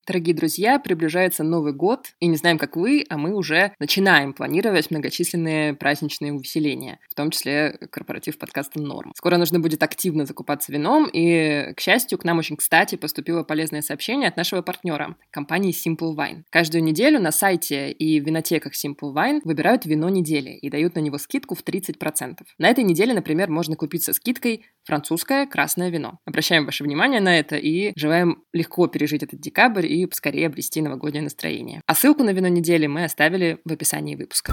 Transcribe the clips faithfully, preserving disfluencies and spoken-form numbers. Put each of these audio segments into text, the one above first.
Дорогие друзья, приближается Новый год, и не знаем, как вы, а мы уже начинаем планировать многочисленные праздничные увеселения, в том числе корпоратив подкаста «Норм». Скоро нужно будет активно закупаться вином, и, к счастью, к нам очень кстати поступило полезное сообщение от нашего партнера, компании Simple Wine. Каждую неделю на сайте и в винотеках Simple Wine выбирают вино недели и дают на него скидку в тридцать процентов. На этой неделе, например, можно купить со скидкой французское красное вино. Обращаем ваше внимание на это и желаем легко пережить этот декабрь и поскорее обрести новогоднее настроение. А ссылку на вино недели мы оставили в описании выпуска.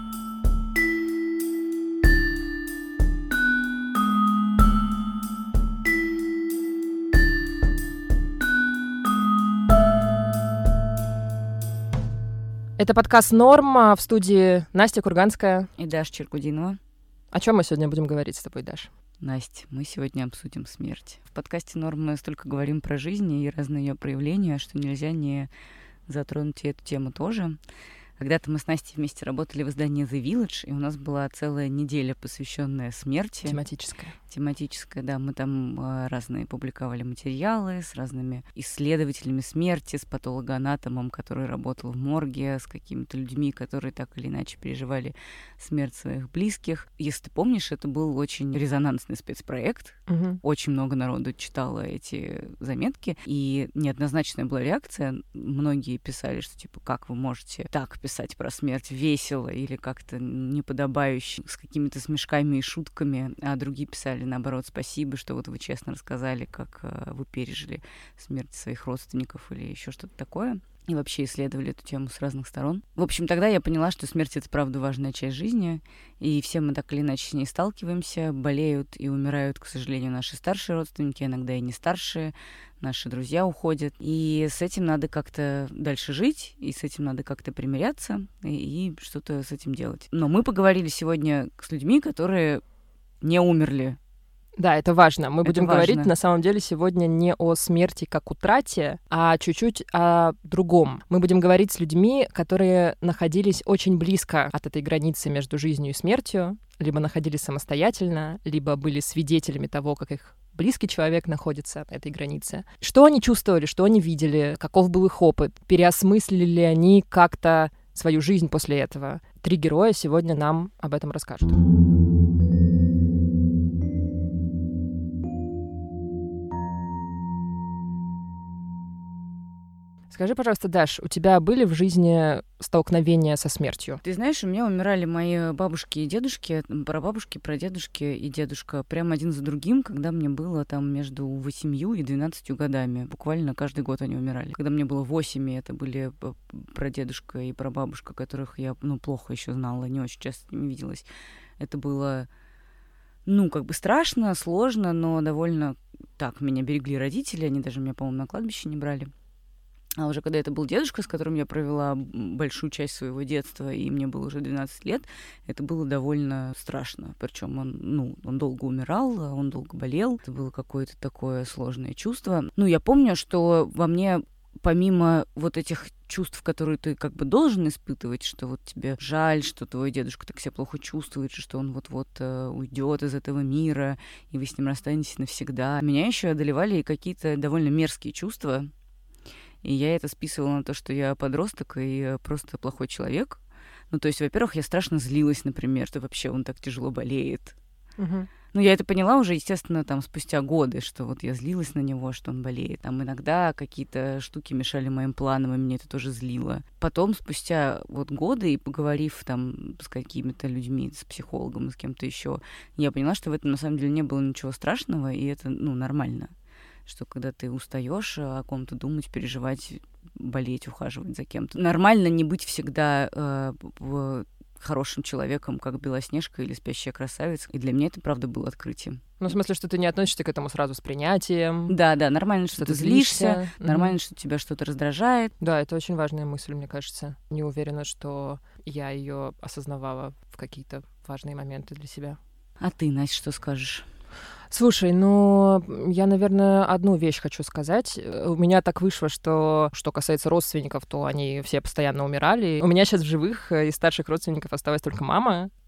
Это подкаст «Норм», в студии Настя Курганская и Даша Черкудинова. О чем мы сегодня будем говорить с тобой, Даш? Настя, мы сегодня обсудим смерть. В подкасте «Норм» мы столько говорим про жизнь и разные ее проявления, что нельзя не затронуть и эту тему тоже. Когда-то мы с Настей вместе работали в издании The Village, и у нас была целая неделя, посвященная смерти. Тематическая. Тематическая, да. Мы там э, разные публиковали материалы с разными исследователями смерти, с патологоанатомом, который работал в морге, с какими-то людьми, которые так или иначе переживали смерть своих близких. Если ты помнишь, это был очень резонансный спецпроект. Угу. Очень много народу читало эти заметки, и неоднозначная была реакция. Многие писали, что типа, как вы можете так писать про смерть весело или как-то неподобающе, с какими-то смешками и шутками, а другие писали, наоборот, спасибо, что вот вы честно рассказали, как э, вы пережили смерть своих родственников или еще что-то такое. И вообще исследовали эту тему с разных сторон. В общем, тогда я поняла, что смерть — это, правда, важная часть жизни, и все мы так или иначе с ней сталкиваемся, болеют и умирают, к сожалению, наши старшие родственники, иногда и не старшие, наши друзья уходят. И с этим надо как-то дальше жить, и с этим надо как-то примиряться, и, и что-то с этим делать. Но мы поговорили сегодня с людьми, которые не умерли. Да, это важно. Мы это будем важно. говорить, на самом деле, сегодня не о смерти как утрате, а чуть-чуть о другом. Мы будем говорить с людьми, которые находились очень близко от этой границы между жизнью и смертью, либо находились самостоятельно, либо были свидетелями того, как их близкий человек находится на этой границе. Что они чувствовали, что они видели, каков был их опыт, переосмыслили ли они как-то свою жизнь после этого. Три героя сегодня нам об этом расскажут. Скажи, пожалуйста, Даш, у тебя были в жизни столкновения со смертью? Ты знаешь, у меня умирали мои бабушки и дедушки, прабабушки, прадедушки и дедушка прямо один за другим, когда мне было там между восемью и двенадцатью годами. Буквально каждый год они умирали. Когда мне было восемь, это были прадедушка и прабабушка, которых я, ну, плохо еще знала, не очень часто с ними виделась. Это было, ну, как бы страшно, сложно, но довольно так. Меня берегли родители, они даже меня, по-моему, на кладбище не брали. А уже когда это был дедушка, с которым я провела большую часть своего детства, и мне было уже двенадцать лет, это было довольно страшно. Причем он, ну, он долго умирал, он долго болел. Это было какое-то такое сложное чувство. Ну, я помню, что во мне, помимо вот этих чувств, которые ты как бы должен испытывать, что вот тебе жаль, что твой дедушка так себя плохо чувствует, что он вот-вот э, уйдет из этого мира, и вы с ним расстанетесь навсегда. Меня еще одолевали какие-то довольно мерзкие чувства. И я это списывала на то, что я подросток и просто плохой человек. Ну, то есть, во-первых, я страшно злилась, например, что вообще он так тяжело болеет. Угу. Ну, я это поняла уже, естественно, там, спустя годы, что вот я злилась на него, что он болеет. Там иногда какие-то штуки мешали моим планам, и меня это тоже злило. Потом, спустя вот годы, и поговорив там с какими-то людьми, с психологом и с кем-то еще, я поняла, что в этом на самом деле не было ничего страшного, и это, ну, нормально. Что когда ты устаешь о ком-то думать, переживать, болеть, ухаживать за кем-то. Нормально не быть всегда э, хорошим человеком, как Белоснежка или Спящая красавица. И для меня это, правда, было открытием. Ну, в смысле, что ты не относишься к этому сразу с принятием. Да, да, нормально, что, что ты злишься, злишься. Нормально, mm-hmm. что тебя что-то раздражает. Да, это очень важная мысль, мне кажется. Не уверена, что я ее осознавала в какие-то важные моменты для себя. А ты, Настя, что скажешь? Слушай, ну, я, наверное, одну вещь хочу сказать. У меня так вышло, что, что касается родственников, то они все постоянно умирали. У меня сейчас в живых из старших родственников осталась только мама.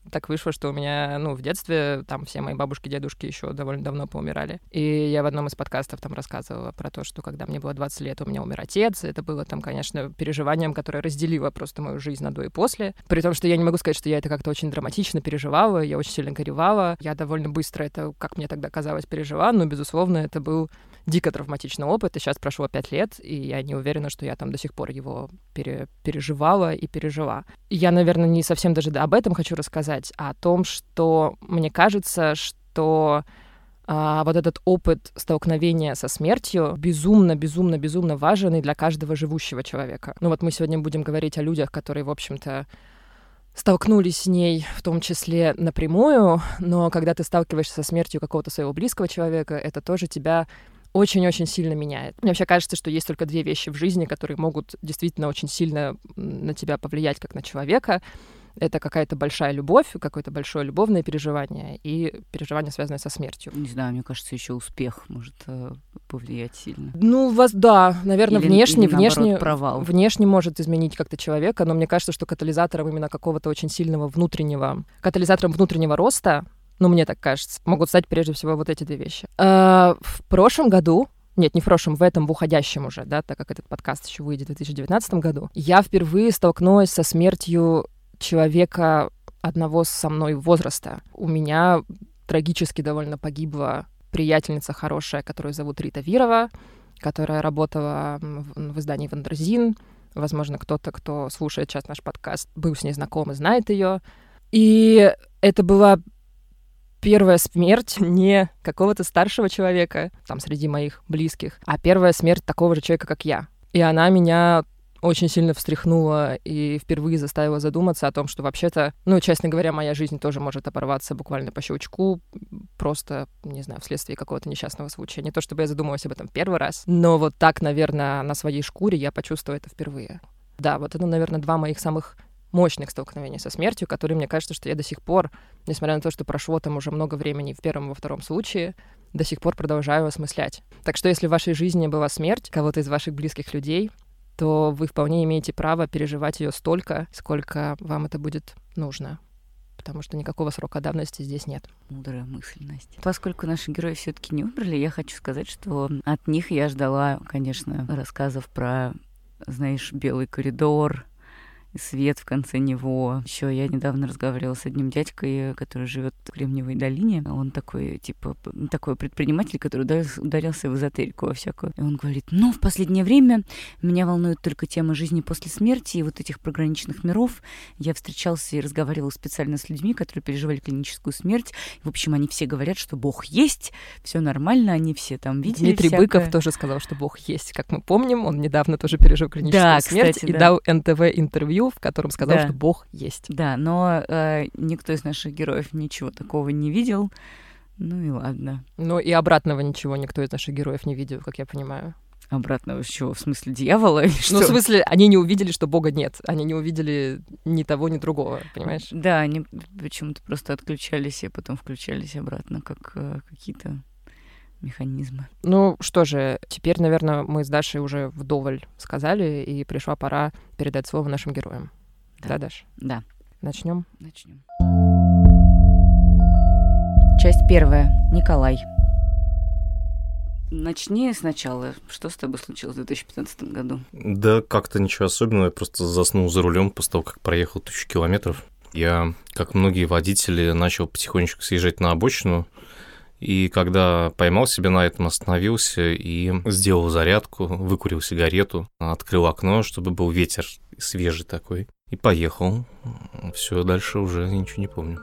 так вышло, что у меня, ну, в детстве там все мои бабушки, дедушки еще довольно давно поумирали. И я в одном из подкастов там рассказывала про то, что когда мне было двадцать лет, у меня умер отец. Это было там, конечно, переживанием, которое разделило просто мою жизнь на до и после. При том, что я не могу сказать, что я это как-то очень драматично переживала, я очень сильно горевала. Я довольно быстро это, как мне тогда казалось, пережила, но, безусловно, это был дико травматичный опыт, и сейчас прошло пять лет, и я не уверена, что я там до сих пор его пере- переживала и пережила. Я, наверное, не совсем даже об этом хочу рассказать, а о том, что мне кажется, что а, вот этот опыт столкновения со смертью безумно, безумно, безумно важен и для каждого живущего человека. Ну вот мы сегодня будем говорить о людях, которые, в общем-то, столкнулись с ней, в том числе напрямую, но когда ты сталкиваешься со смертью какого-то своего близкого человека, это тоже тебя очень-очень сильно меняет. Мне вообще кажется, что есть только две вещи в жизни, которые могут действительно очень сильно на тебя повлиять как на человека. Это какая-то большая любовь, какое-то большое любовное переживание и переживание, связанное со смертью. Не знаю, мне кажется, еще успех может э, повлиять сильно. Ну, вас, да, наверное, или, внешне, или, внешне, наоборот, провал. Внешне может изменить как-то человека, но мне кажется, что катализатором именно какого-то очень сильного внутреннего, катализатором внутреннего роста, ну, мне так кажется, могут стать прежде всего вот эти две вещи. А, в прошлом году, нет, не в прошлом, в этом, в уходящем уже, да, так как этот подкаст еще выйдет в две тысячи девятнадцатом году, я впервые столкнулась со смертью человека одного со мной возраста. У меня трагически довольно погибла приятельница хорошая, которую зовут Рита Вирова, которая работала в, в издании «Вандерзин». Возможно, кто-то, кто слушает сейчас наш подкаст, был с ней знаком и знает ее. И это была первая смерть не какого-то старшего человека, там, среди моих близких, а первая смерть такого же человека, как я. И она меня очень сильно встряхнула и впервые заставила задуматься о том, что вообще-то, ну, честно говоря, моя жизнь тоже может оборваться буквально по щелчку, просто, не знаю, вследствие какого-то несчастного случая. Не то чтобы я задумалась об этом первый раз, но вот так, наверное, на своей шкуре я почувствовала это впервые. Да, вот это, наверное, два моих самых мощных столкновений со смертью, которые, мне кажется, что я до сих пор, несмотря на то, что прошло там уже много времени в первом и во втором случае, до сих пор продолжаю осмыслять. Так что если в вашей жизни была смерть кого-то из ваших близких людей, то вы вполне имеете право переживать ее столько, сколько вам это будет нужно. Потому что никакого срока давности здесь нет. Мудрая мысль, Настя. Поскольку наши герои все-таки не умерли, я хочу сказать, что от них я ждала, конечно, рассказов про, знаешь, белый коридор, свет в конце него. Еще я недавно разговаривала с одним дядькой, который живет в Кремниевой долине. Он такой, типа, такой предприниматель, который ударился, ударился в эзотерику во всякую. И он говорит: ну, в последнее время меня волнует только тема жизни после смерти и вот этих програничных миров. Я встречался и разговаривал специально с людьми, которые переживали клиническую смерть. В общем, они все говорят, что Бог есть, все нормально, они все там видели Дмитрий всякое. Быков тоже сказал, что Бог есть. Как мы помним, он недавно тоже пережил клиническую да, смерть кстати, и да. дал эн тэ вэ интервью, в котором сказал, да. что Бог есть. Да, но э, никто из наших героев ничего такого не видел. Ну и ладно. Ну и обратного ничего никто из наших героев не видел, как я понимаю. Обратного чего? В смысле дьявола? Или что? Ну, в смысле, они не увидели, что Бога нет. Они не увидели ни того, ни другого, понимаешь? Да, они почему-то просто отключались и потом включались обратно, как э, какие-то механизмы. Ну что же, теперь, наверное, мы с Дашей уже вдоволь сказали, и пришла пора передать слово нашим героям. Да, да Даш? Да. Начнем? Начнем. Часть первая. Николай. Начни сначала. Что с тобой случилось в две тысячи пятнадцатом году? Да как-то ничего особенного. Я просто заснул за рулем после того, как проехал тысячу километров. Я, как многие водители, начал потихонечку съезжать на обочину. И когда поймал себя на этом, остановился и сделал зарядку, выкурил сигарету, открыл окно, чтобы был ветер свежий такой, и поехал. Все, дальше уже ничего не помню.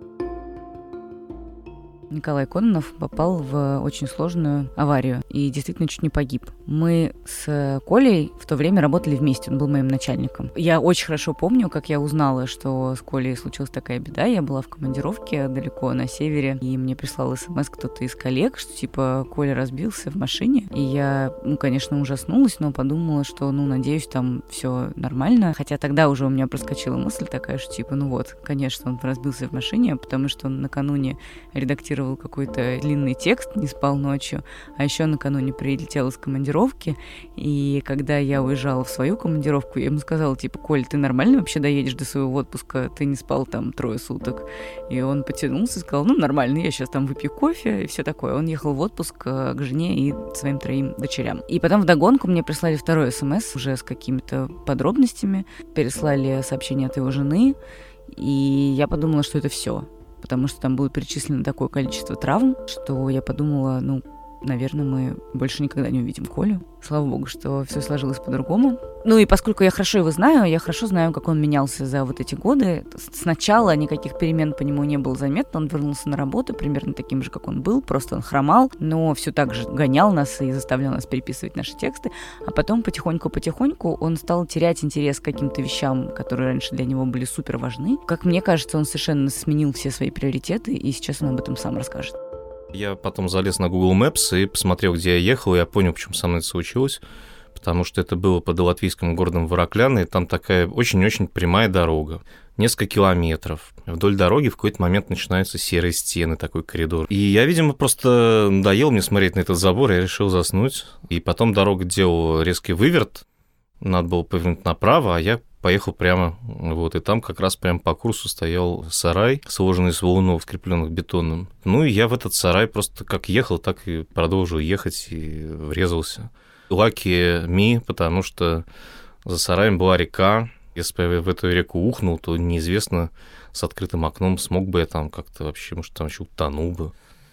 Николай Кононов попал в очень сложную аварию и действительно чуть не погиб. Мы с Колей в то время работали вместе, он был моим начальником. Я очень хорошо помню, как я узнала, что с Колей случилась такая беда. Я была в командировке далеко на севере, и мне прислал смс кто-то из коллег, что типа Коля разбился в машине. И я, ну, конечно, ужаснулась, но подумала, что, ну, надеюсь, там все нормально. Хотя тогда уже у меня проскочила мысль такая, что типа, ну вот, конечно, он разбился в машине, потому что он накануне редактировал какой-то длинный текст, не спал ночью, а еще накануне прилетел из командировки, командировки, и когда я уезжала в свою командировку, я ему сказала, типа, Коль, ты нормально вообще доедешь до своего отпуска? Ты не спал там трое суток? И он потянулся и сказал, ну, нормально, я сейчас там выпью кофе и все такое. Он ехал в отпуск к жене и своим троим дочерям. И потом вдогонку мне прислали второй смс уже с какими-то подробностями, переслали сообщение от его жены, и я подумала, что это все. Потому что там было перечислено такое количество травм, что я подумала, ну, наверное, мы больше никогда не увидим Колю. Слава богу, что все сложилось по-другому. Ну и поскольку я хорошо его знаю, я хорошо знаю, как он менялся за вот эти годы. Сначала никаких перемен по нему не было заметно. Он вернулся на работу примерно таким же, как он был. Просто он хромал, но все так же гонял нас и заставлял нас переписывать наши тексты. А потом потихоньку-потихоньку он стал терять интерес к каким-то вещам, которые раньше для него были супер важны. Как мне кажется, он совершенно сменил все свои приоритеты, и сейчас он об этом сам расскажет. Я потом залез на Google Maps и посмотрел, где я ехал, и я понял, почему со мной это случилось, потому что это было под латвийским городом Ворокляна, и там такая очень-очень прямая дорога, несколько километров. Вдоль дороги в какой-то момент начинаются серые стены, такой коридор. И я, видимо, просто надоел мне смотреть на этот забор, и я решил заснуть. И потом дорога делала резкий выверт, надо было повернуть направо, а я поехал прямо, вот, и там как раз прямо по курсу стоял сарай, сложенный из валунов, скрепленных бетоном. Ну, и я в этот сарай просто как ехал, так и продолжил ехать и врезался. Lucky me, потому что за сараем была река. Если бы я в эту реку ухнул, то неизвестно, с открытым окном смог бы я там как-то вообще, может, там еще утонул бы.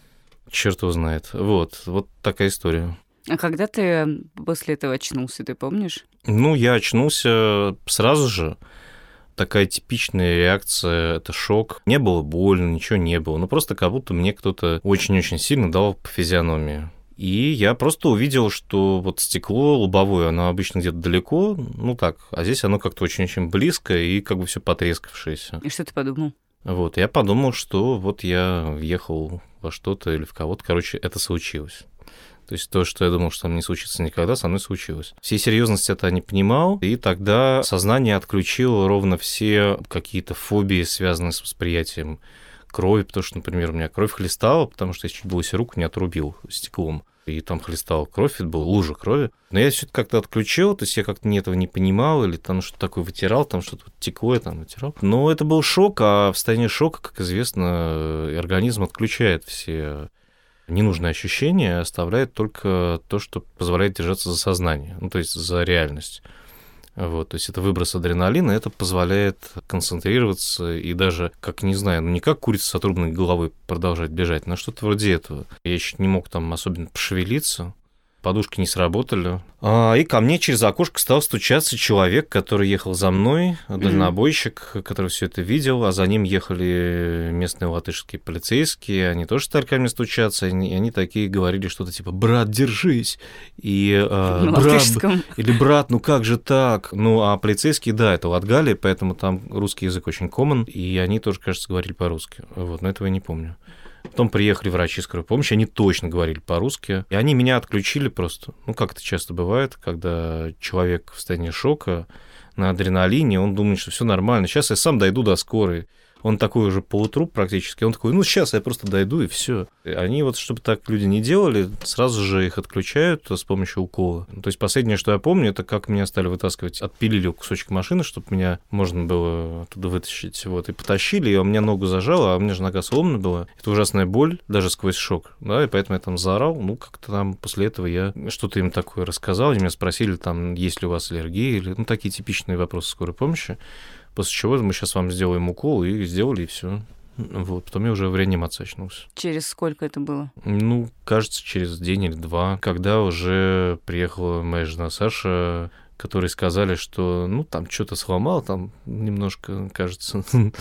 Черт его знает. Вот, вот такая история. А когда ты после этого очнулся, ты помнишь? Ну, я очнулся сразу же. Такая типичная реакция – это шок. Не было больно, ничего не было. Ну, просто как будто мне кто-то очень-очень сильно дал по физиономии. И я просто увидел, что вот стекло лобовое, оно обычно где-то далеко, ну так, а здесь оно как-то очень-очень близко и как бы все потрескавшееся. И что ты подумал? Вот, я подумал, что вот я въехал во что-то или в кого-то, короче, это случилось. То есть то, что я думал, что со мной не случится никогда, со мной случилось. Всей серьезности это я не понимал, и тогда сознание отключило ровно все какие-то фобии, связанные с восприятием крови, потому что, например, у меня кровь хлестала, потому что я чуть было себе руку не отрубил стеклом, и там хлестала кровь, это была лужа крови. Но я все это как-то отключил, то есть я как-то этого не понимал, или там что-то такое вытирал, там что-то текло, я там вытирал. Но это был шок, а в состоянии шока, как известно, организм отключает все ненужные ощущения, оставляет только то, что позволяет держаться за сознание, ну, то есть за реальность. Вот, то есть это выброс адреналина, это позволяет концентрироваться и даже, как, не знаю, ну не как курица с отрубленной головой продолжать бежать, но что-то вроде этого. Я еще не мог там особенно пошевелиться, подушки не сработали. А, и ко мне через окошко стал стучаться человек, который ехал за мной, дальнобойщик, mm-hmm. который все это видел, а за ним ехали местные латышские полицейские, они тоже стали ко мне стучаться, и они, и они такие говорили что-то типа «брат, держись!» и э, «брат, или «брат, ну как же так?» Ну, а полицейские, да, это Латгалия, поэтому там русский язык очень common, и они тоже, кажется, говорили по-русски, вот, но этого я не помню. Потом приехали врачи скорой помощи, они точно говорили по-русски, и они меня отключили просто. Ну, как это часто бывает, когда человек в состоянии шока, на адреналине, он думает, что все нормально, сейчас я сам дойду до скорой. Он такой уже полутруп практически, он такой, ну, сейчас я просто дойду, и все. Они вот, чтобы так люди не делали, сразу же их отключают с помощью укола. То есть последнее, что я помню, это как меня стали вытаскивать, отпилили кусочек машины, чтобы меня можно было оттуда вытащить, вот, и потащили, и у меня ногу зажало, а у меня же нога сломана была. Это ужасная боль, даже сквозь шок, да, и поэтому я там заорал, ну, как-то там после этого я что-то им такое рассказал, они меня спросили, там, есть ли у вас аллергия, или, ну, такие типичные вопросы скорой помощи. После чего мы сейчас вам сделаем укол, и сделали, и все. Вот, потом я уже в реанимации очнулся. Через сколько это было? Ну, кажется, через день или два, когда уже приехала моя жена Саша, которые сказали, что, ну, там что-то сломал, там немножко, кажется.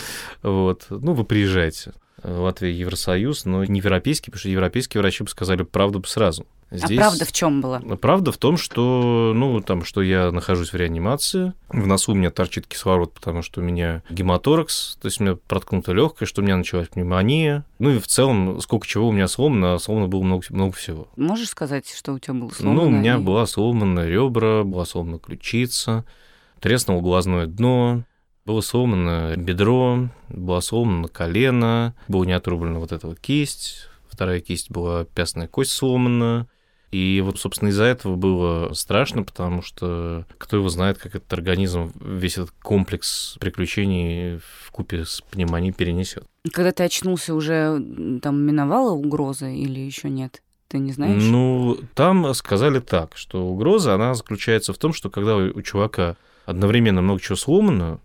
Вот, ну, вы приезжайте. Латвия Евросоюз, но не европейский, потому что европейские врачи бы сказали правду бы сразу. Здесь... А правда в чем была? Правда в том, что, ну, там, что я нахожусь в реанимации, в носу у меня торчит кислород, потому что у меня гемоторакс, то есть у меня проткнуто легкое, что у меня началась пневмония. Ну и в целом, сколько чего у меня сломано, сломано было много, много всего. Можешь сказать, что у тебя было сломано? Ну, у меня и... была сломана ребра, была сломана ключица, треснуло глазное дно. Было сломано бедро, было сломано колено, была не отрублена вот эта вот кисть, вторая кисть была пястная кость сломана, И вот, собственно, из-за этого было страшно, потому что кто его знает, как этот организм весь этот комплекс приключений вкупе с пневмонией перенесет. Когда ты очнулся, уже там миновала угроза или еще нет? Ты не знаешь? Ну, там сказали так, что угроза, она заключается в том, что когда у чувака одновременно много чего сломано,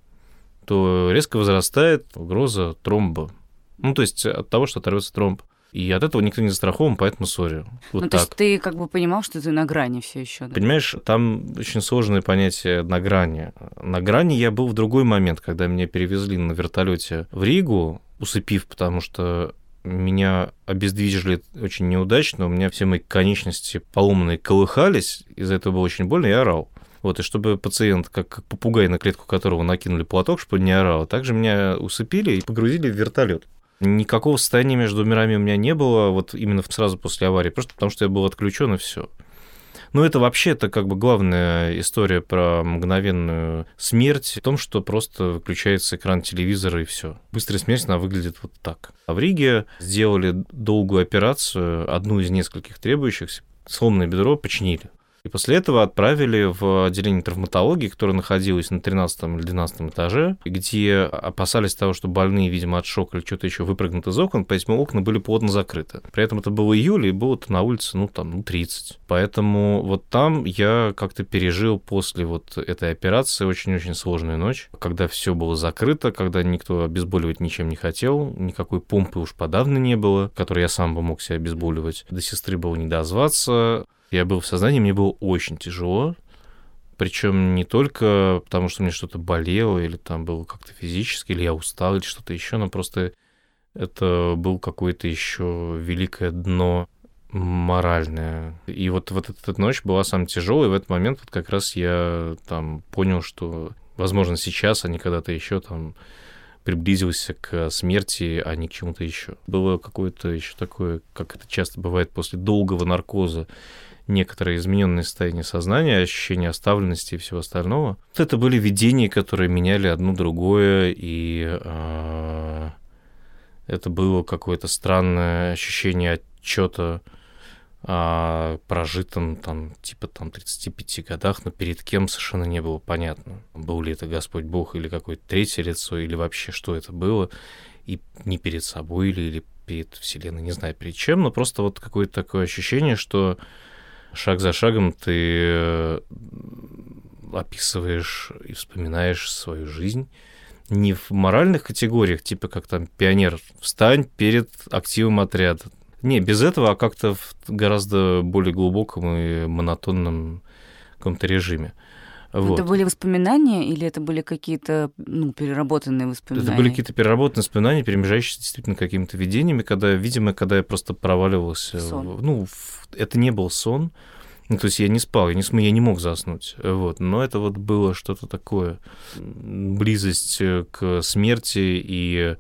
то резко возрастает угроза тромба. Ну, то есть от того, что оторвется тромб. И от этого никто не застрахован, поэтому сори. Вот ну, так. То есть ты как бы понимал, что ты на грани все еще. Да? Понимаешь, там очень сложное понятие на грани. На грани я был в другой момент, когда меня перевезли на вертолете в Ригу, усыпив, потому что меня обездвижили очень неудачно, у меня все мои конечности поломанные колыхались, из-за этого было очень больно, я орал. Вот, и чтобы пациент, как, как попугай, на клетку которого накинули платок, чтобы не орал, также меня усыпили и погрузили в вертолет. Никакого состояния между мирами у меня не было, вот именно сразу после аварии, просто потому что я был отключен и все. Ну, это вообще, это как бы главная история про мгновенную смерть в том, что просто выключается экран телевизора и все. Быстрая смерть, она выглядит вот так. А в Риге сделали долгую операцию, одну из нескольких требующихся, сломанное бедро починили. И после этого отправили в отделение травматологии, которое находилось на тринадцатом или двенадцатом этаже, где опасались того, что больные, видимо, от шока или что-то еще выпрыгнут из окон, поэтому окна были плотно закрыты. При этом это был июль, и было на улице, ну, там, ну, тридцать. Поэтому вот там я как-то пережил после вот этой операции очень-очень сложную ночь, когда все было закрыто, когда никто обезболивать ничем не хотел, никакой помпы уж подавно не было, которой я сам бы мог себя обезболивать. До сестры было не дозваться. Я был в сознании, мне было очень тяжело, причем не только потому, что мне что-то болело, или там было как-то физически, или я устал, или что-то еще, но просто это был какое-то еще великое дно моральное. И вот, вот эта ночь была самая тяжелая, и в этот момент вот как раз я там понял, что, возможно, сейчас, а не когда-то еще там приблизился к смерти, а не к чему-то еще. Было какое-то еще такое, как это часто бывает после долгого наркоза, некоторое измененное состояние сознания, ощущение оставленности и всего остального. Вот это были видения, которые меняли одно другое, и э, это было какое-то странное ощущение отчета о прожитом там, типа там тридцати пяти годах, но перед кем совершенно не было понятно. Был ли это Господь Бог или какое-то третье лицо, или вообще что это было, и не перед собой или, или перед Вселенной, не знаю перед чем, но просто вот какое-то такое ощущение, что шаг за шагом ты описываешь и вспоминаешь свою жизнь не в моральных категориях, типа как там пионер, встань перед активом отряда. Не, без этого, а как-то в гораздо более глубоком и монотонном каком-то режиме. Вот. Это были воспоминания или это были какие-то ну, переработанные воспоминания? Это были какие-то переработанные воспоминания, перемежающиеся действительно какими-то видениями, когда, видимо, когда я просто проваливался. В, ну, в, это не был сон. Ну, то есть я не спал, я не, я не мог заснуть. Вот. Но это вот было что-то такое. Близость к смерти и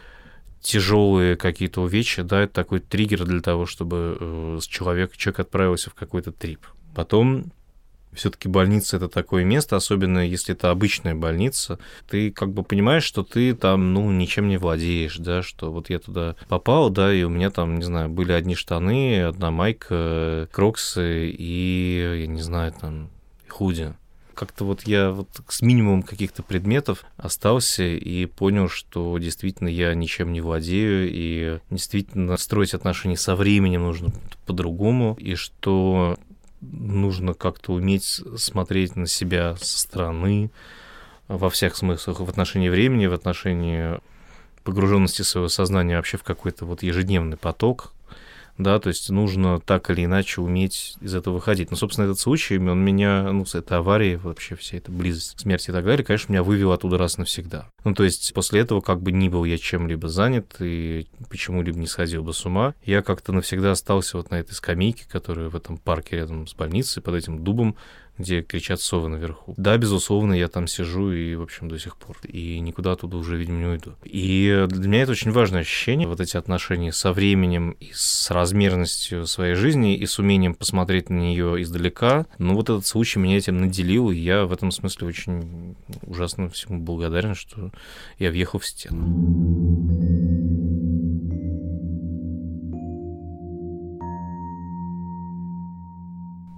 тяжелые какие-то увечья, да, это такой триггер для того, чтобы человек, человек отправился в какой-то трип. Потом все-таки больница — это такое место, особенно если это обычная больница, ты как бы понимаешь, что ты там, ну, ничем не владеешь, да, что вот я туда попал, да, и у меня там, не знаю, были одни штаны, одна майка, кроксы и, я не знаю, там, худи. Как-то вот я вот с минимумом каких-то предметов остался и понял, что действительно я ничем не владею, и действительно строить отношения со временем нужно по-другому, и что нужно как-то уметь смотреть на себя со стороны во всех смыслах, в отношении времени, в отношении погруженности своего сознания вообще в какой-то вот ежедневный поток. Да, то есть нужно так или иначе уметь из этого выходить. Но, собственно, этот случай, он меня, ну, с этой аварией, вообще вся эта близость к смерти и так далее, конечно, меня вывел оттуда раз навсегда. Ну, то есть после этого, как бы ни был я чем-либо занят и почему-либо не сходил бы с ума, я как-то навсегда остался вот на этой скамейке, которая в этом парке рядом с больницей, под этим дубом, где кричат совы наверху. Да, безусловно, я там сижу и, в общем, до сих пор. И никуда оттуда уже, видимо, не уйду. И для меня это очень важное ощущение, вот эти отношения со временем и с размерностью своей жизни, и с умением посмотреть на нее издалека. Ну, вот этот случай меня этим наделил, и я в этом смысле очень ужасно всему благодарен, что я въехал в стену.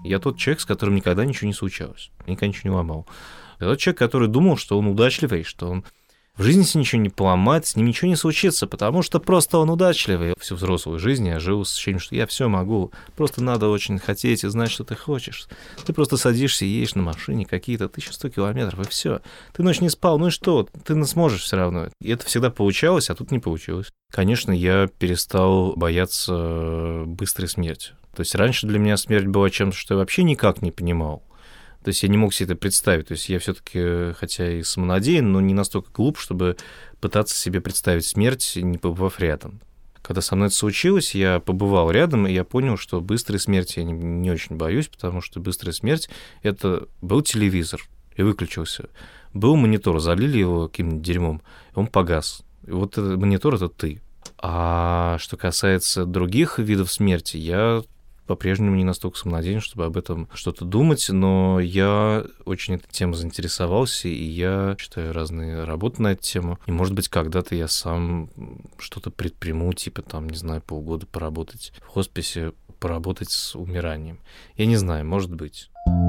Я тот человек, с которым никогда ничего не случалось, никогда ничего не ломал. Я тот человек, который думал, что он удачливый, что он в жизни себе ничего не поломает, с ним ничего не случится, потому что просто он удачливый. Всю взрослую жизнь я жил с ощущением, что я все могу. Просто надо очень хотеть и знать, что ты хочешь. Ты просто садишься и едешь на машине какие-то тысяча сто километров, и все. Ты ночь не спал, ну и что? Ты не сможешь все равно. И это всегда получалось, а тут не получилось. Конечно, я перестал бояться быстрой смерти. То есть раньше для меня смерть была чем-то, что я вообще никак не понимал. То есть я не мог себе это представить. То есть я все-таки, хотя и самонадеян, но не настолько глуп, чтобы пытаться себе представить смерть, не побывав рядом. Когда со мной это случилось, я побывал рядом, и я понял, что быстрой смерти я не, не очень боюсь, потому что быстрая смерть — это был телевизор, и выключился. Был монитор, залили его каким-нибудь дерьмом, и он погас. И вот этот монитор — это ты. А что касается других видов смерти, я по-прежнему не настолько самонадеян, чтобы об этом что-то думать, но я очень этой темой заинтересовался, и я читаю разные работы на эту тему. И, может быть, когда-то я сам что-то предприму, типа, там, не знаю, полгода поработать в хосписе, поработать с умиранием. Я не знаю, может быть.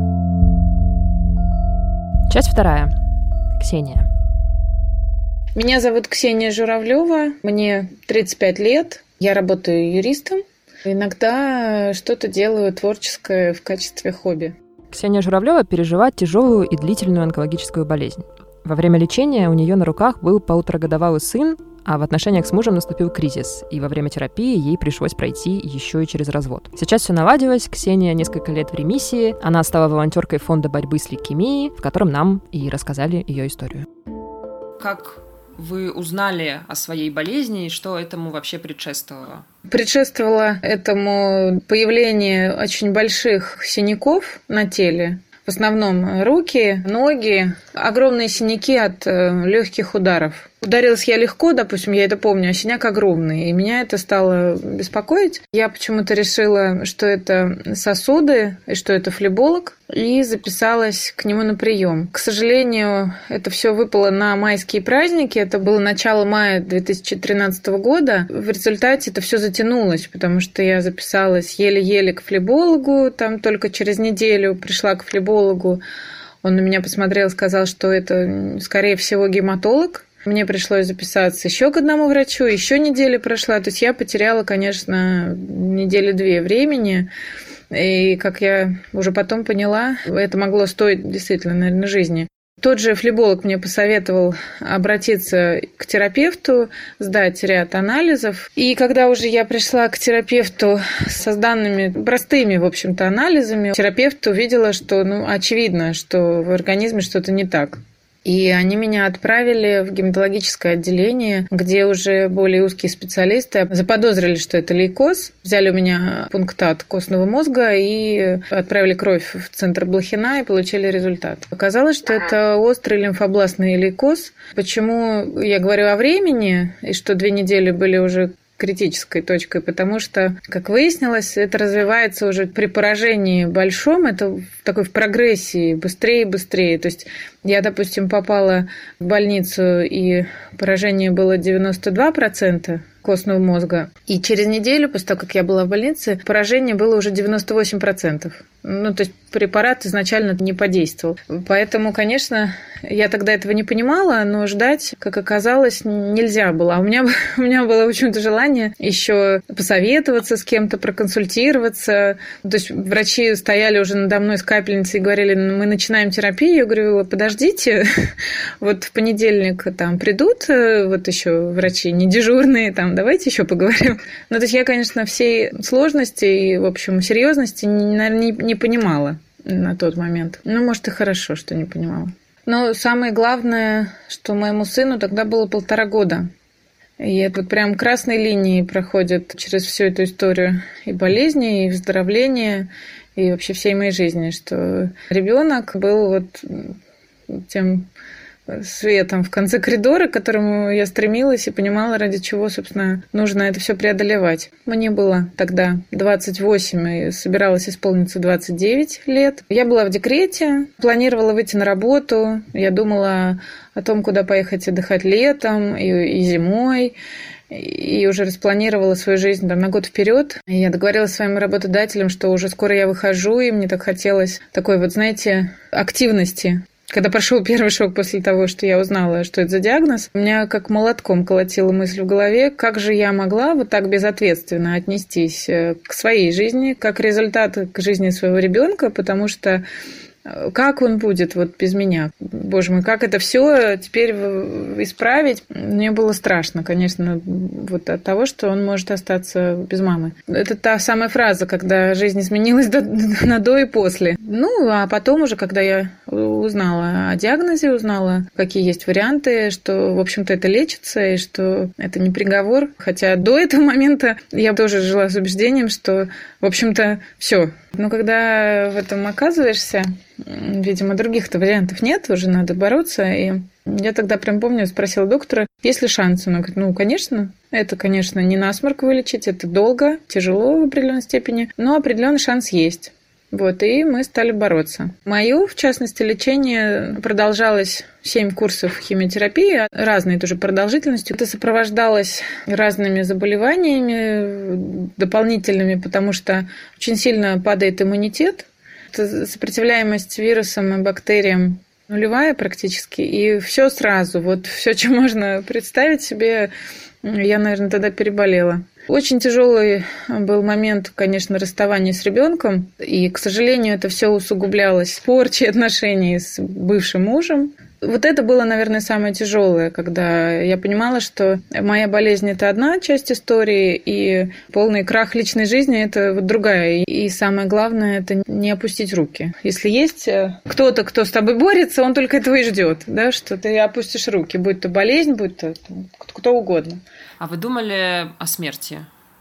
Часть вторая. Ксения. Меня зовут Ксения Журавлева, мне тридцать пять лет, я работаю юристом. Иногда что-то делаю творческое в качестве хобби. Ксения Журавлева пережила тяжелую и длительную онкологическую болезнь. Во время лечения у нее на руках был полуторагодовалый сын, а в отношениях с мужем наступил кризис, и во время терапии ей пришлось пройти еще и через развод. Сейчас все наладилось, Ксения несколько лет в ремиссии, она стала волонтеркой фонда борьбы с лейкемией, в котором нам и рассказали ее историю. Как вы узнали о своей болезни и что этому вообще предшествовало? Предшествовало этому появление очень больших синяков на теле. В основном руки, ноги, огромные синяки от легких ударов. Ударилась я легко, допустим, я это помню, а синяк огромный, и меня это стало беспокоить. Я почему-то решила, что это сосуды и что это флеболог, и записалась к нему на прием. К сожалению, это все выпало на майские праздники, это было начало мая две тысячи тринадцатого года. В результате это все затянулось, потому что я записалась еле-еле к флебологу, там только через неделю пришла к флебологу. Он на меня посмотрел, сказал, что это, скорее всего, гематолог. Мне пришлось записаться еще к одному врачу, еще неделя прошла. То есть я потеряла, конечно, недели две времени. И, как я уже потом поняла, это могло стоить действительно, наверное, жизни. Тот же флеболог мне посоветовал обратиться к терапевту, сдать ряд анализов. И когда уже я пришла к терапевту с данными, простыми, в общем-то, анализами, терапевт увидела, что, ну, очевидно, что в организме что-то не так. И они меня отправили в гематологическое отделение, где уже более узкие специалисты заподозрили, что это лейкоз. Взяли у меня пунктат костного мозга и отправили кровь в центр Блохина и получили результат. Оказалось, что это острый лимфобластный лейкоз. Почему я говорю о времени, и что две недели были уже критической точкой, потому что, как выяснилось, это развивается уже при поражении большом, это такой в прогрессии, быстрее и быстрее. То есть я, допустим, попала в больницу, и поражение было девяносто два процента костного мозга, и через неделю, после того, как я была в больнице, поражение было уже девяносто восемь процентов. Ну, то есть препарат изначально не подействовал. Поэтому, конечно, я тогда этого не понимала, но ждать, как оказалось, нельзя было. А у меня, у меня было почему-то желание еще посоветоваться с кем-то, проконсультироваться. То есть врачи стояли уже надо мной с капельницей и говорили, мы начинаем терапию. Я говорю, подождите, вот в понедельник там придут вот еще врачи не дежурные, там, давайте еще поговорим. Ну, то есть я, конечно, всей сложности и, в общем, серьезности, наверное, не, не понимала на тот момент. Ну, может, и хорошо, что не понимала. Но самое главное, что моему сыну тогда было полтора года. И это вот прям красной линией проходит через всю эту историю и болезни, и выздоровления, и вообще всей моей жизни, что ребенок был вот тем светом в конце коридора, к которому я стремилась и понимала, ради чего, собственно, нужно это все преодолевать. Мне было тогда двадцать восемь, и собиралась исполниться двадцать девять лет. Я была в декрете, планировала выйти на работу, я думала о том, куда поехать отдыхать летом и, и зимой. и уже распланировала свою жизнь там, на год вперед. И я договорилась с своим работодателем, что уже скоро я выхожу, и мне так хотелось такой вот, знаете, активности. Когда прошел первый шок после того, что я узнала, что это за диагноз, у меня как молотком колотила мысль в голове, как же я могла вот так безответственно отнестись к своей жизни, как результат к жизни своего ребенка, потому что как он будет вот без меня? Боже мой, как это все теперь исправить? Мне было страшно, конечно, вот от того, что он может остаться без мамы. Это та самая фраза, когда жизнь изменилась до, на до и после. Ну, а потом уже, когда я узнала о диагнозе, узнала, какие есть варианты, что, в общем-то, это лечится, и что это не приговор. Хотя до этого момента я тоже жила с убеждением, что, в общем-то, все. Но когда в этом оказываешься, видимо, других-то вариантов нет, уже надо бороться. И я тогда прям помню, спросила доктора, есть ли шанс. Он говорит, ну, конечно, это, конечно, не насморк вылечить, это долго, тяжело в определенной степени, но определенный шанс есть. Вот, и мы стали бороться. Мое, в частности, лечение продолжалось семь курсов химиотерапии, разной тоже продолжительностью. Это сопровождалось разными заболеваниями дополнительными, потому что очень сильно падает иммунитет. Это сопротивляемость вирусам и бактериям нулевая практически, и все сразу. Вот все, что можно представить себе, я, наверное, тогда переболела. Очень тяжелый был момент, конечно, расставания с ребенком, и, к сожалению, это все усугублялось порчей отношений с бывшим мужем. Вот это было, наверное, самое тяжелое, когда я понимала, что моя болезнь – это одна часть истории, и полный крах личной жизни – это вот другая. И самое главное – это не опустить руки. Если есть кто-то, кто с тобой борется, он только этого и ждет, да, что ты опустишь руки, будь то болезнь, будь то кто угодно. А вы думали о смерти?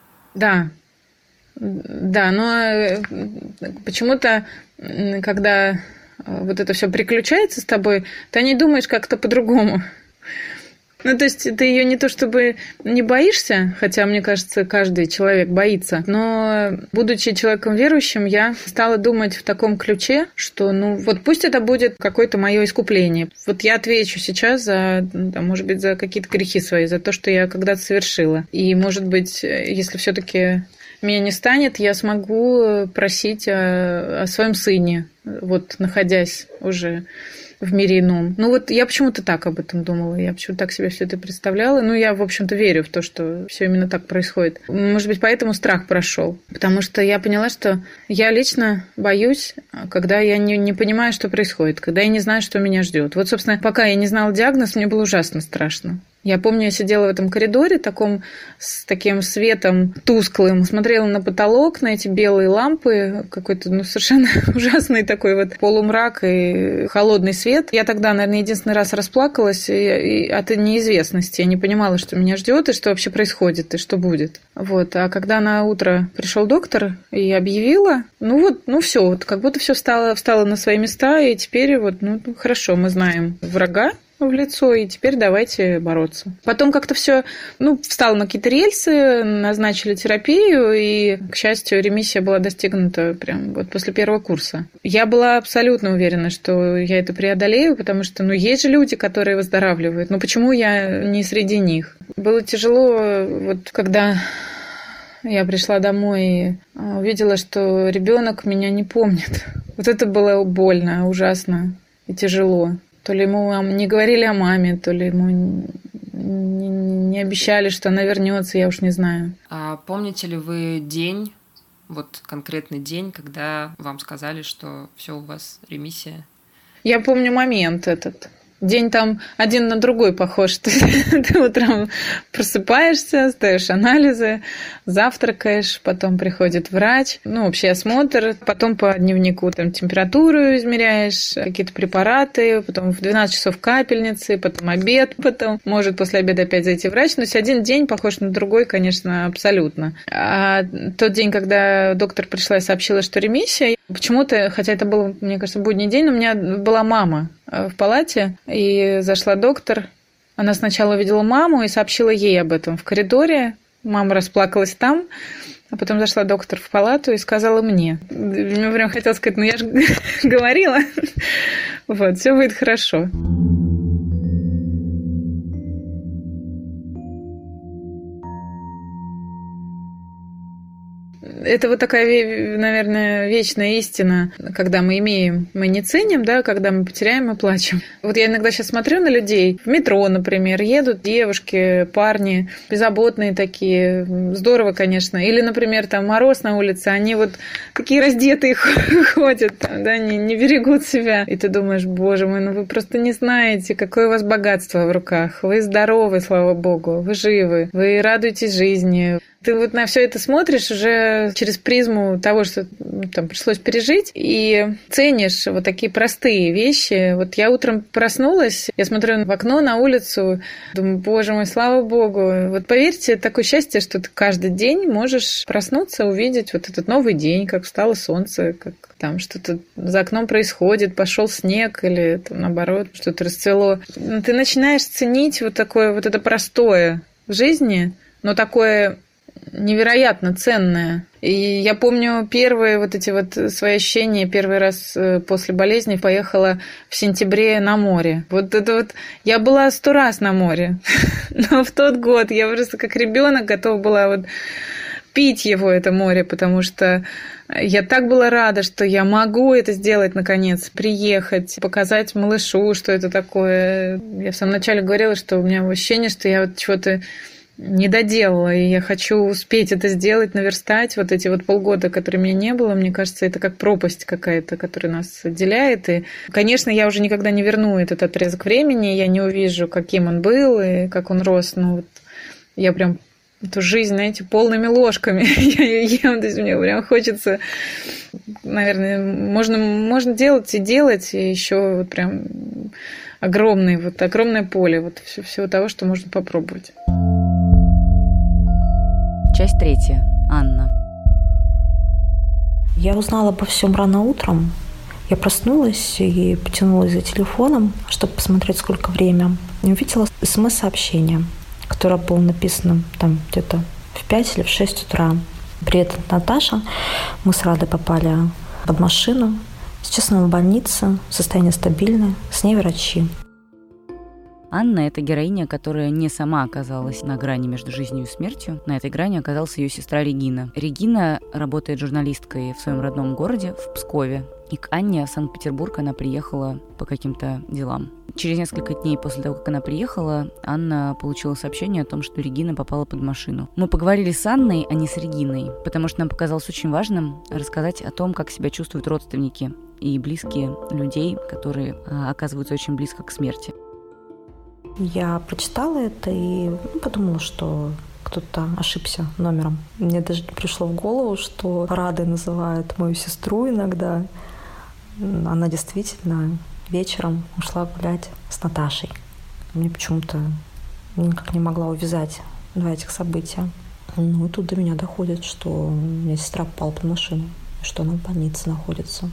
Да. Да, но почему-то, когда вот это все приключается с тобой, ты не думаешь как-то по-другому. Ну, то есть ты ее не то чтобы не боишься, хотя, мне кажется, каждый человек боится, но, будучи человеком верующим, я стала думать в таком ключе, что, ну, вот пусть это будет какое-то мое искупление. Вот я отвечу сейчас за, там, может быть, за какие-то грехи свои, за то, что я когда-то совершила. И, может быть, если все-таки меня не станет, я смогу просить о, о своем сыне, вот, находясь уже в мире ином. Ну вот я почему-то так об этом думала, я почему-то так себе все это представляла. Ну, я, в общем-то, верю в то, что все именно так происходит. Может быть, поэтому страх прошел. Потому что я поняла, что я лично боюсь, когда я не, не понимаю, что происходит, когда я не знаю, что меня ждет. Вот, собственно, пока я не знала диагноз, мне было ужасно страшно. Я помню, я сидела в этом коридоре, таком, с таким светом тусклым, смотрела на потолок, на эти белые лампы, какой-то, ну, совершенно ужасный такой вот полумрак и холодный свет. Я тогда, наверное, единственный раз расплакалась и, и от неизвестности. Я не понимала, что меня ждет и что вообще происходит, и что будет. Вот. А когда на утро пришел доктор и объявила, ну вот, ну все, вот как будто все встало, встало на свои места, и теперь вот, ну, хорошо, мы знаем врага в лицо, и теперь давайте бороться. Потом как-то все, ну, встало на какие-то рельсы, назначили терапию, и, к счастью, ремиссия была достигнута прям вот после первого курса. Я была абсолютно уверена, что я это преодолею, потому что, ну, есть же люди, которые выздоравливают. Ну, почему я не среди них? Было тяжело, вот, когда я пришла домой и увидела, что ребенок меня не помнит. Вот это было больно, ужасно и тяжело. То ли ему не говорили о маме, то ли ему не, не обещали, что она вернется, я уж не знаю. А помните ли вы день, вот конкретный день, когда вам сказали, что все у вас ремиссия? Я помню момент этот. День там один на другой похож. Ты, ты утром просыпаешься, сдаешь анализы, завтракаешь, потом приходит врач, ну, общий осмотр, потом по дневнику там температуру измеряешь, какие-то препараты, потом в двенадцать часов капельницы, потом обед, потом может после обеда опять зайти врач. То есть один день похож на другой, конечно, абсолютно. А тот день, когда доктор пришла и сообщила, что ремиссия, почему-то, хотя это был, мне кажется, будний день, но у меня была мама в палате, и зашла доктор. Она сначала увидела маму и сообщила ей об этом в коридоре. Мама расплакалась там, а потом зашла доктор в палату и сказала мне. Мне прям хотелось сказать, ну я же говорила. Вот, все будет хорошо. Это вот такая, наверное, вечная истина, когда мы имеем, мы не ценим, да, когда мы потеряем, мы плачем. Вот я иногда сейчас смотрю на людей, в метро, например, едут девушки, парни, беззаботные такие, здорово, конечно. Или, например, там мороз на улице, они вот такие раздетые ходят, да, не, не берегут себя. И ты думаешь, боже мой, ну вы просто не знаете, какое у вас богатство в руках. Вы здоровы, слава богу, вы живы, вы радуетесь жизни. Ты вот на все это смотришь уже через призму того, что там пришлось пережить, и ценишь вот такие простые вещи. Вот я утром проснулась, я смотрю в окно на улицу, думаю, боже мой, слава богу. Вот поверьте, такое счастье, что ты каждый день можешь проснуться, увидеть вот этот новый день, как встало солнце, как там что-то за окном происходит, пошел снег или там, наоборот что-то расцвело. Ты начинаешь ценить вот такое вот это простое в жизни, но такое невероятно ценное. И я помню первые вот эти вот свои ощущения. Первый раз после болезни поехала в сентябре на море. Вот это вот... Я была сто раз на море. Но в тот год я просто как ребенок готова была вот пить его, это море, потому что я так была рада, что я могу это сделать наконец, приехать, показать малышу, что это такое. Я в самом начале говорила, что у меня ощущение, что я вот чего-то не доделала, и я хочу успеть это сделать, наверстать. Вот эти вот полгода, которые у меня не было, мне кажется, это как пропасть какая-то, которая нас отделяет. И, конечно, я уже никогда не верну этот отрезок времени, я не увижу, каким он был и как он рос. Но вот я прям эту жизнь, знаете, полными ложками я ее ем, то есть мне прям хочется, наверное, можно, можно делать и делать, и еще вот прям огромное, вот огромное поле вот всего того, что можно попробовать. Часть третья. Анна. Я узнала обо всем рано утром. Я проснулась и потянулась за телефоном, чтобы посмотреть, сколько время. И увидела смс-сообщение, которое было написано там где-то в пять или в шесть утра. Привет, это Наташа. Мы с Радой попали под машину. Сейчас она в больнице, состояние стабильное, с ней врачи. Анна – это героиня, которая не сама оказалась на грани между жизнью и смертью. На этой грани оказалась ее сестра Регина. Регина работает журналисткой в своем родном городе, в Пскове. И к Анне в Санкт-Петербург она приехала по каким-то делам. Через несколько дней после того, как она приехала, Анна получила сообщение о том, что Регина попала под машину. Мы поговорили с Анной, а не с Региной, потому что нам показалось очень важным рассказать о том, как себя чувствуют родственники и близкие людей, которые оказываются очень близко к смерти. Я прочитала это и подумала, что кто-то ошибся номером. Мне даже не пришло в голову, что Радой называют мою сестру иногда. Она действительно вечером ушла гулять с Наташей. Мне почему-то никак не могла увязать два этих события. Ну и тут до меня доходит, что у меня сестра попала под машину, что она в больнице находится.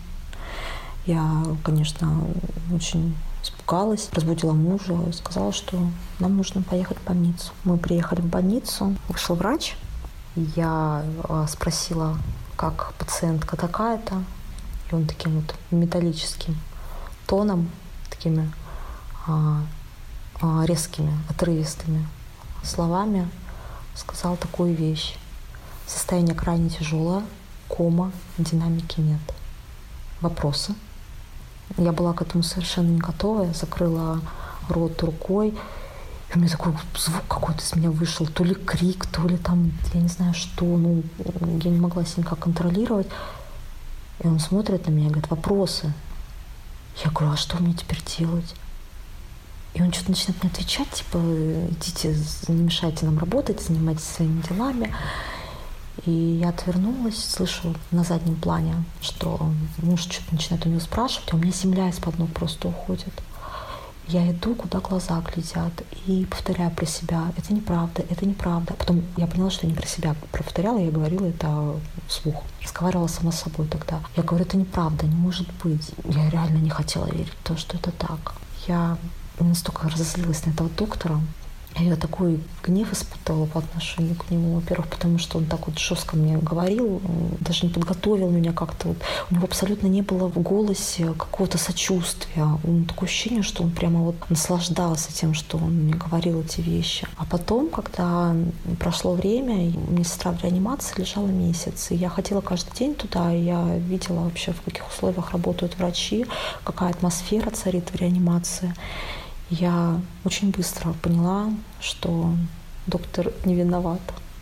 Я, конечно, очень испугалась, разбудила мужа и сказала, что нам нужно поехать в больницу. Мы приехали в больницу, вышел врач. Я спросила, как пациентка такая-то. И он таким вот металлическим тоном, такими а, а, резкими, отрывистыми словами сказал такую вещь. Состояние крайне тяжелое, кома, динамики нет. Вопросы? Я была к этому совершенно не готова. Я закрыла рот рукой. И у меня такой звук какой-то из меня вышел. То ли крик, то ли там, я не знаю что. Ну, я не могла себя никак контролировать. И он смотрит на меня и говорит, вопросы. Я говорю, а что мне теперь делать? И он что-то начинает мне отвечать, типа, идите, не мешайте нам работать, занимайтесь своими делами. И я отвернулась, слышу на заднем плане, что муж что-то начинает у него спрашивать, а у меня земля из-под ног просто уходит. Я иду, куда глаза глядят, и повторяю про себя, это неправда, это неправда. Потом я поняла, что я не про себя повторяла, я говорила это вслух. Разговаривала сама с собой тогда. Я говорю, это неправда, не может быть. Я реально не хотела верить в то, что это так. Я настолько разозлилась на этого доктора, Я такой гнев испытывала по отношению к нему. Во-первых, потому что он так вот жестко мне говорил, даже не подготовил меня как-то. Вот. У него абсолютно не было в голосе какого-то сочувствия. Он такое ощущение, что он прямо вот наслаждался тем, что он мне говорил эти вещи. А потом, когда прошло время, у меня сестра в реанимации лежала месяц, и я ходила каждый день туда, и я видела вообще, в каких условиях работают врачи, какая атмосфера царит в реанимации. Я очень быстро поняла, что доктор не виноват.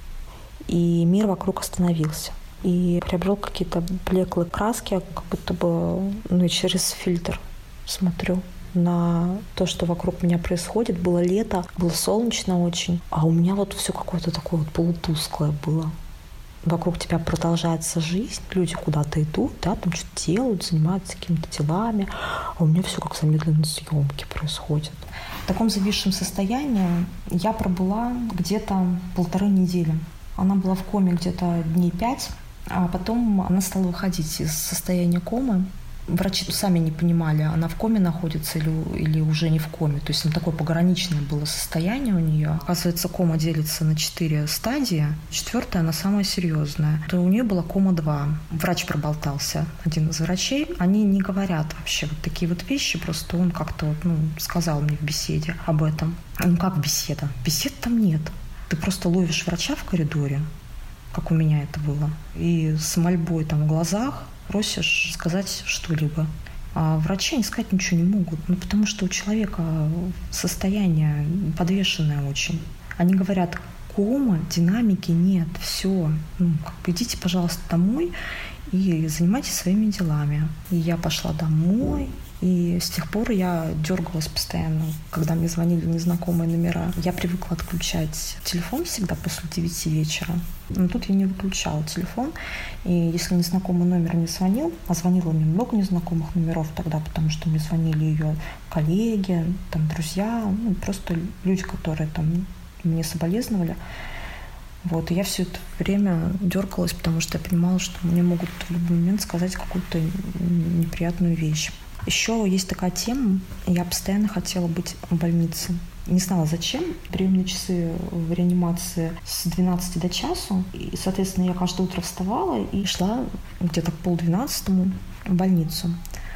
И мир вокруг остановился. И приобрел какие-то блеклые краски, как будто бы ну, через фильтр смотрю на то, что вокруг меня происходит. Было лето, было солнечно очень, а у меня вот все какое-то такое вот полутусклое было. Вокруг тебя продолжается жизнь, люди куда-то идут, да, там что-то делают, занимаются какими-то делами, а у меня все как в замедленной съемке происходит. В таком зависшем состоянии я пробыла где-то полторы недели. Она была в коме где-то дней пять, а потом она стала выходить из состояния комы. Врачи сами не понимали, она в коме находится или, или уже не в коме. То есть там такое пограничное было состояние у нее. Оказывается, кома делится на четыре стадии. Четвертая, она самая серьезная. То у нее была кома два. Врач проболтался, один из врачей. Они не говорят вообще вот такие вот вещи, просто он как-то вот, ну, сказал мне в беседе об этом. Ну как беседа? Бесед там нет. Ты просто ловишь врача в коридоре, как у меня это было, и с мольбой там в глазах просишь сказать что-либо. А врачи не сказать ничего не могут, ну, потому что у человека состояние подвешенное очень. Они говорят, кома, динамики нет, все. Ну, как бы идите, пожалуйста, домой и занимайтесь своими делами. И я пошла домой, и с тех пор я дергалась постоянно, когда мне звонили незнакомые номера. Я привыкла отключать телефон всегда после девяти вечера. Но тут я не выключала телефон. И если незнакомый номер не звонил, а звонило мне много незнакомых номеров тогда, потому что мне звонили ее коллеги, там, друзья, ну, просто люди, которые там мне соболезновали. Вот, и я все это время дергалась, потому что я понимала, что мне могут в любой момент сказать какую-то неприятную вещь. Еще есть такая тема, я постоянно хотела быть в больнице. Не знала зачем. Приемные часы в реанимации с двенадцати до часу. И, соответственно, я каждое утро вставала и шла где-то к полдвенадцатому в больницу.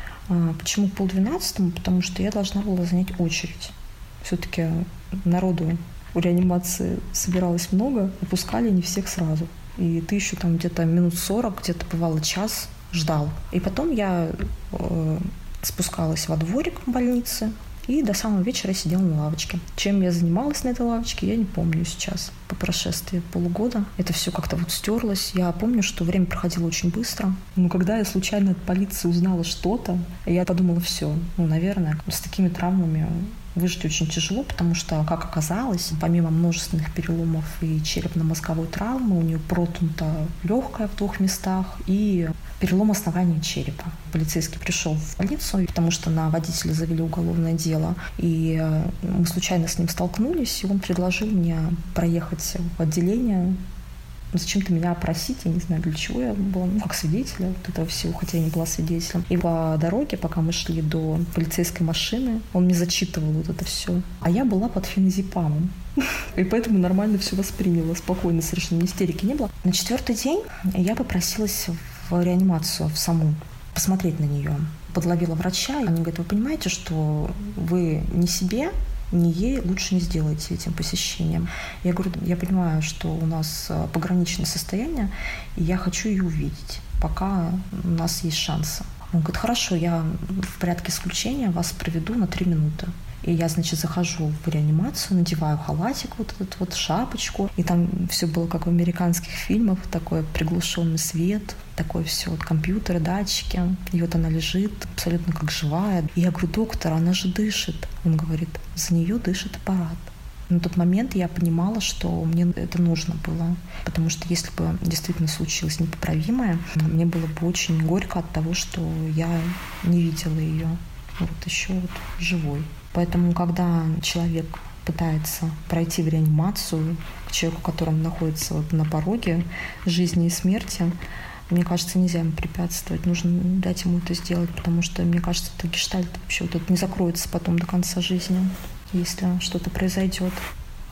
А почему к полдвенадцатому? Потому что я должна была занять очередь. Все-таки народу в реанимации собиралось много, выпускали не всех сразу. И ты еще там где-то минут сорок, где-то бывало час ждал. И потом я э, спускалась во дворик больницы и до самого вечера сидела на лавочке. Чем я занималась на этой лавочке, я не помню сейчас. По прошествии полугода это все как-то вот стерлось. Я помню, что время проходило очень быстро. Но когда я случайно от полиции узнала что-то, я подумала, все, ну, наверное, с такими травмами выжить очень тяжело, потому что, как оказалось, помимо множественных переломов и черепно-мозговой травмы, у нее проткнута легкая в двух местах и перелом основания черепа. Полицейский пришел в больницу, потому что на водителя завели уголовное дело. И мы случайно с ним столкнулись, и он предложил мне проехать в отделение, зачем-то меня опросить, я не знаю, для чего я была, ну, как свидетеля вот этого всего, хотя я не была свидетелем. И по дороге, пока мы шли до полицейской машины, он мне зачитывал вот это все. А я была под феназепамом. И поэтому нормально все восприняла, спокойно, совершенно истерики не было. На четвертый день я попросилась в реанимацию, в саму, посмотреть на нее. Подловила врача, и они говорят, вы понимаете, что вы не себе, ни ей лучше не сделайте этим посещением. Я говорю, я понимаю, что у нас пограничное состояние, и я хочу ее увидеть, пока у нас есть шансы. Он говорит, хорошо, я в порядке исключения вас проведу на три минуты. И я, значит, захожу в реанимацию, надеваю халатик, вот этот вот, шапочку. И там все было как в американских фильмах, такой приглушенный свет, такое все, вот компьютеры, датчики. И вот она лежит абсолютно как живая. И я говорю, доктор, она же дышит. Он говорит, за нее дышит аппарат. На тот момент я понимала, что мне это нужно было. Потому что если бы действительно случилось непоправимое, мне было бы очень горько от того, что я не видела ее вот еще вот живой. Поэтому, когда человек пытается пройти в реанимацию к человеку, который находится вот на пороге жизни и смерти, мне кажется, нельзя ему препятствовать. Нужно дать ему это сделать, потому что, мне кажется, этот гештальт вообще вот это не закроется потом до конца жизни, если что-то произойдет.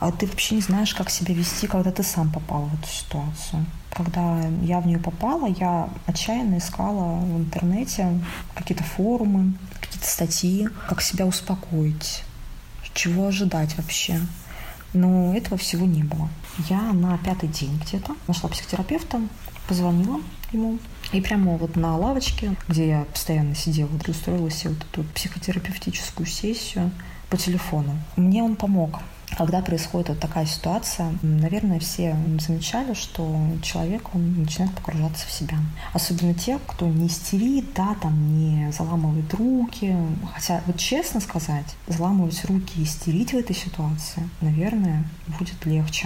а ты вообще не знаешь, как себя вести, когда ты сам попал в эту ситуацию. Когда я в нее попала, я отчаянно искала в интернете какие-то форумы, какие-то статьи, как себя успокоить, чего ожидать вообще. Но этого всего не было. Я на пятый день где-то нашла психотерапевта, позвонила ему. И прямо вот на лавочке, где я постоянно сидела, устроила себе вот эту психотерапевтическую сессию по телефону. Мне он помог. Когда происходит вот такая ситуация, наверное, все замечали, что человек, он начинает погружаться в себя. Особенно те, кто не истерит, да, там, не заламывает руки. Хотя, вот честно сказать, заламывать руки и истерить в этой ситуации, наверное, будет легче.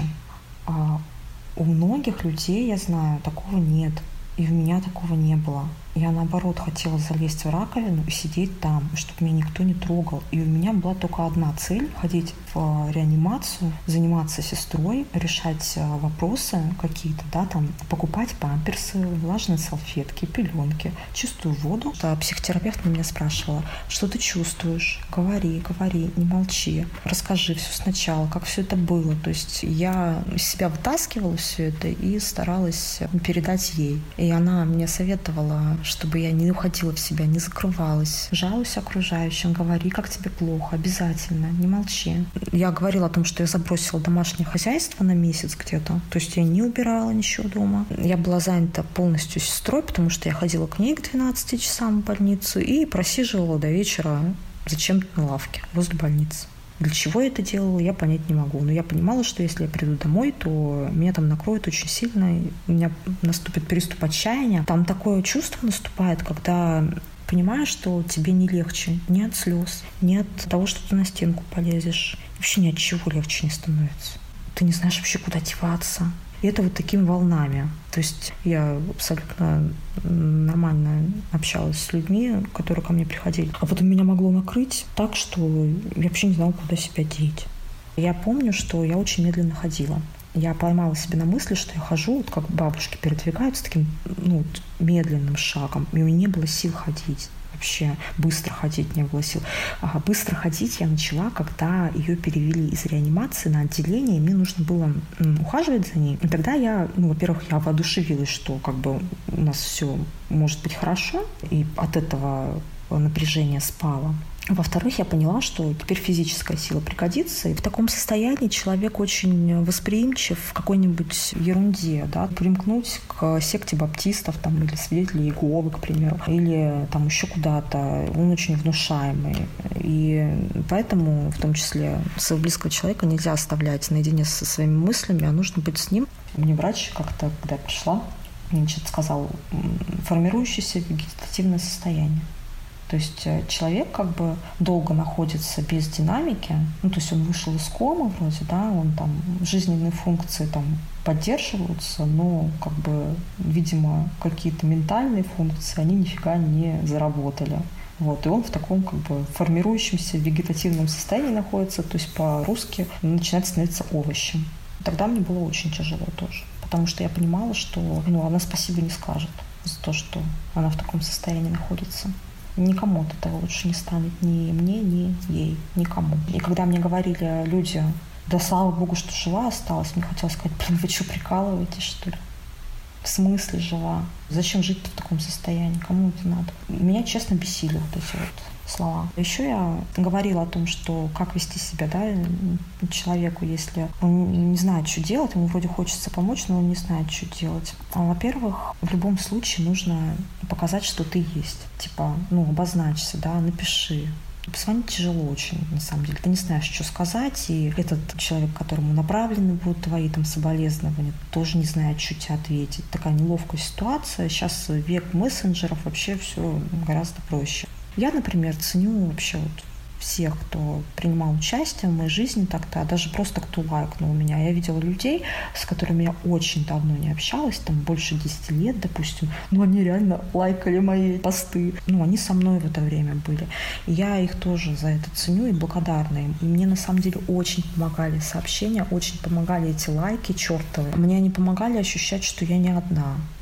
А у многих людей, я знаю, такого нет. И у меня такого не было. Я, наоборот, хотела залезть в раковину и сидеть там, чтобы меня никто не трогал. И у меня была только одна цель — ходить в реанимацию, заниматься сестрой, решать вопросы какие-то, да, там, покупать памперсы, влажные салфетки, пеленки, чистую воду. А психотерапевт меня спрашивала: что ты чувствуешь? Говори, говори, не молчи. Расскажи все сначала, как все это было. То есть я из себя вытаскивала все это и старалась передать ей. И она мне советовала, чтобы я не уходила в себя, не закрывалась. Жалуйся окружающим, говори, как тебе плохо, обязательно, не молчи. Я говорила о том, что я забросила домашнее хозяйство на месяц где-то. То есть я не убирала ничего дома. Я была занята полностью сестрой, потому что я ходила к ней к двенадцати часам в больницу и просиживала до вечера зачем-то на лавке возле больницы. Для чего я это делала, я понять не могу. Но я понимала, что если я приду домой, то меня там накроет очень сильно, у меня наступит приступ отчаяния. Там такое чувство наступает, когда понимаешь, что тебе не легче ни от слез, ни от того, что ты на стенку полезешь. Вообще ни от чего легче не становится. Ты не знаешь вообще, куда деваться. И это вот такими волнами. То есть я абсолютно нормально общалась с людьми, которые ко мне приходили. А потом меня могло накрыть так, что я вообще не знала, куда себя деть. Я помню, что я очень медленно ходила. Я поймала себя на мысли, что я хожу, вот как бабушки передвигаются таким, ну, медленным шагом. И у меня не было сил ходить. Вообще быстро ходить не было сил. А быстро ходить я начала, когда ее перевели из реанимации на отделение, и мне нужно было ухаживать за ней. И тогда я, ну, во-первых, я воодушевилась, что как бы у нас все может быть хорошо, и от этого напряжение спало. Во-вторых, я поняла, что теперь физическая сила пригодится. И в таком состоянии человек очень восприимчив в какой-нибудь ерунде, да, примкнуть к секте баптистов там, или свидетелей Иеговы, к примеру, или там еще куда-то. Он очень внушаемый. И поэтому, в том числе, своего близкого человека нельзя оставлять наедине со своими мыслями, а нужно быть с ним. Мне врач как-то, когда я пришла, значит, сказал: формирующееся вегетативное состояние. То есть человек как бы долго находится без динамики, ну, то есть он вышел из комы вроде, да, он там, жизненные функции там поддерживаются, но как бы, видимо, какие-то ментальные функции, они нифига не заработали. Вот, и он в таком как бы формирующемся вегетативном состоянии находится, то есть по-русски начинает становиться овощем. Тогда мне было очень тяжело тоже, потому что я понимала, что, ну, она спасибо не скажет за то, что она в таком состоянии находится. Никому от этого лучше не станет, ни мне, ни ей, никому. И когда мне говорили люди: да слава богу, что жива осталась, мне хотелось сказать: блин, вы что, прикалываетесь, что ли? В смысле жива? Зачем жить-то в таком состоянии? Кому это надо? Меня, честно, бесили вот эти вот слова. Еще я говорила о том, что как вести себя, да, человеку, если он не знает, что делать, ему вроде хочется помочь, но он не знает, что делать. Во-первых, в любом случае нужно показать, что ты есть. Типа, ну, обозначься, да, напиши. Позвонить тяжело очень, на самом деле. Ты не знаешь, что сказать, и этот человек, которому направлены будут твои там соболезнования, тоже не знает, что тебе ответить. Такая неловкая ситуация. Сейчас век мессенджеров, вообще все гораздо проще. Я, например, ценю вообще вот всех, кто принимал участие в моей жизни тогда, даже просто кто лайкнул меня. Я видела людей, с которыми я очень давно не общалась, там больше десяти лет, допустим, но они реально лайкали мои посты. Ну, они со мной в это время были. И я их тоже за это ценю и благодарна им. И мне на самом деле очень помогали сообщения, очень помогали эти лайки чертовы. Мне они помогали ощущать, что я не одна.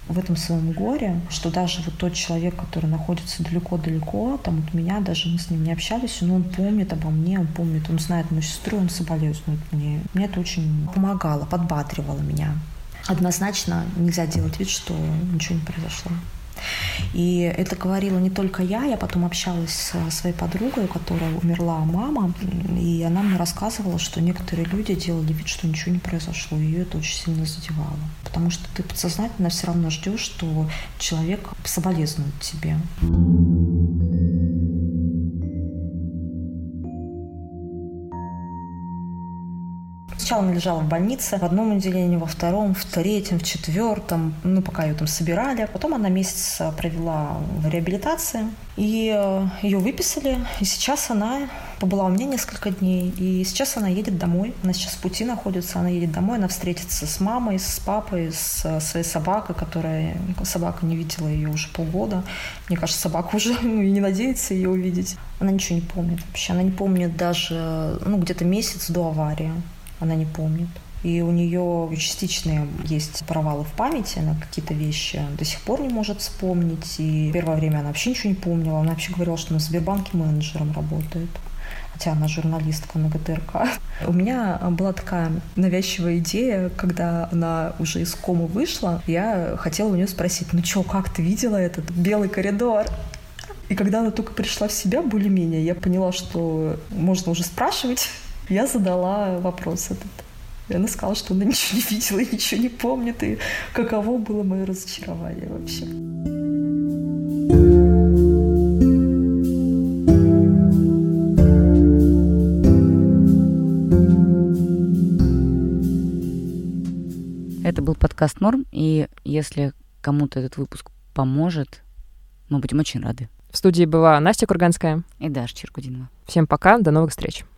в этом своем горе, что даже вот тот человек, который находится далеко-далеко, там от меня, даже мы с ним не общались, но он помнит обо мне, он помнит, он знает мою сестру, он соболезнует мне. Мне это очень помогало, подбадривало меня. Однозначно нельзя делать вид, что ничего не произошло. И это говорила не только я, я потом общалась со своей подругой, у которой умерла мама, и она мне рассказывала, что некоторые люди делали вид, что ничего не произошло, и ее это очень сильно задевало. Потому что ты подсознательно все равно ждешь, что человек соболезнует тебе. Сначала она лежала в больнице, в одном отделении, во втором, в третьем, в четвертом, ну, пока ее там собирали. Потом она месяц провела в реабилитации, и ее выписали. И сейчас она побыла у меня несколько дней, и сейчас она едет домой. Она сейчас в пути находится, она едет домой, она встретится с мамой, с папой, с своей собакой, которая... Собака не видела ее уже полгода. Мне кажется, собака уже ну, и не надеется ее увидеть. Она ничего не помнит вообще. Она не помнит даже, ну, где-то месяц до аварии. Она не помнит. И у нее частичные есть провалы в памяти, она какие-то вещи до сих пор не может вспомнить. И первое время она вообще ничего не помнила. Она вообще говорила, что она в Сбербанке менеджером работает. Хотя она журналистка на гэ тэ эр ка. У меня была такая навязчивая идея, когда она уже из комы вышла, я хотела у нее спросить, ну что, как ты видела этот белый коридор? И когда она только пришла в себя более-менее, я поняла, что можно уже спрашивать. Я задала вопрос этот. И она сказала, что она ничего не видела и ничего не помнит, и каково было мое разочарование вообще. Это был подкаст «Норм», и если кому-то этот выпуск поможет, мы будем очень рады. В студии была Настя Курганская и Даша Черкудинова. Всем пока, до новых встреч.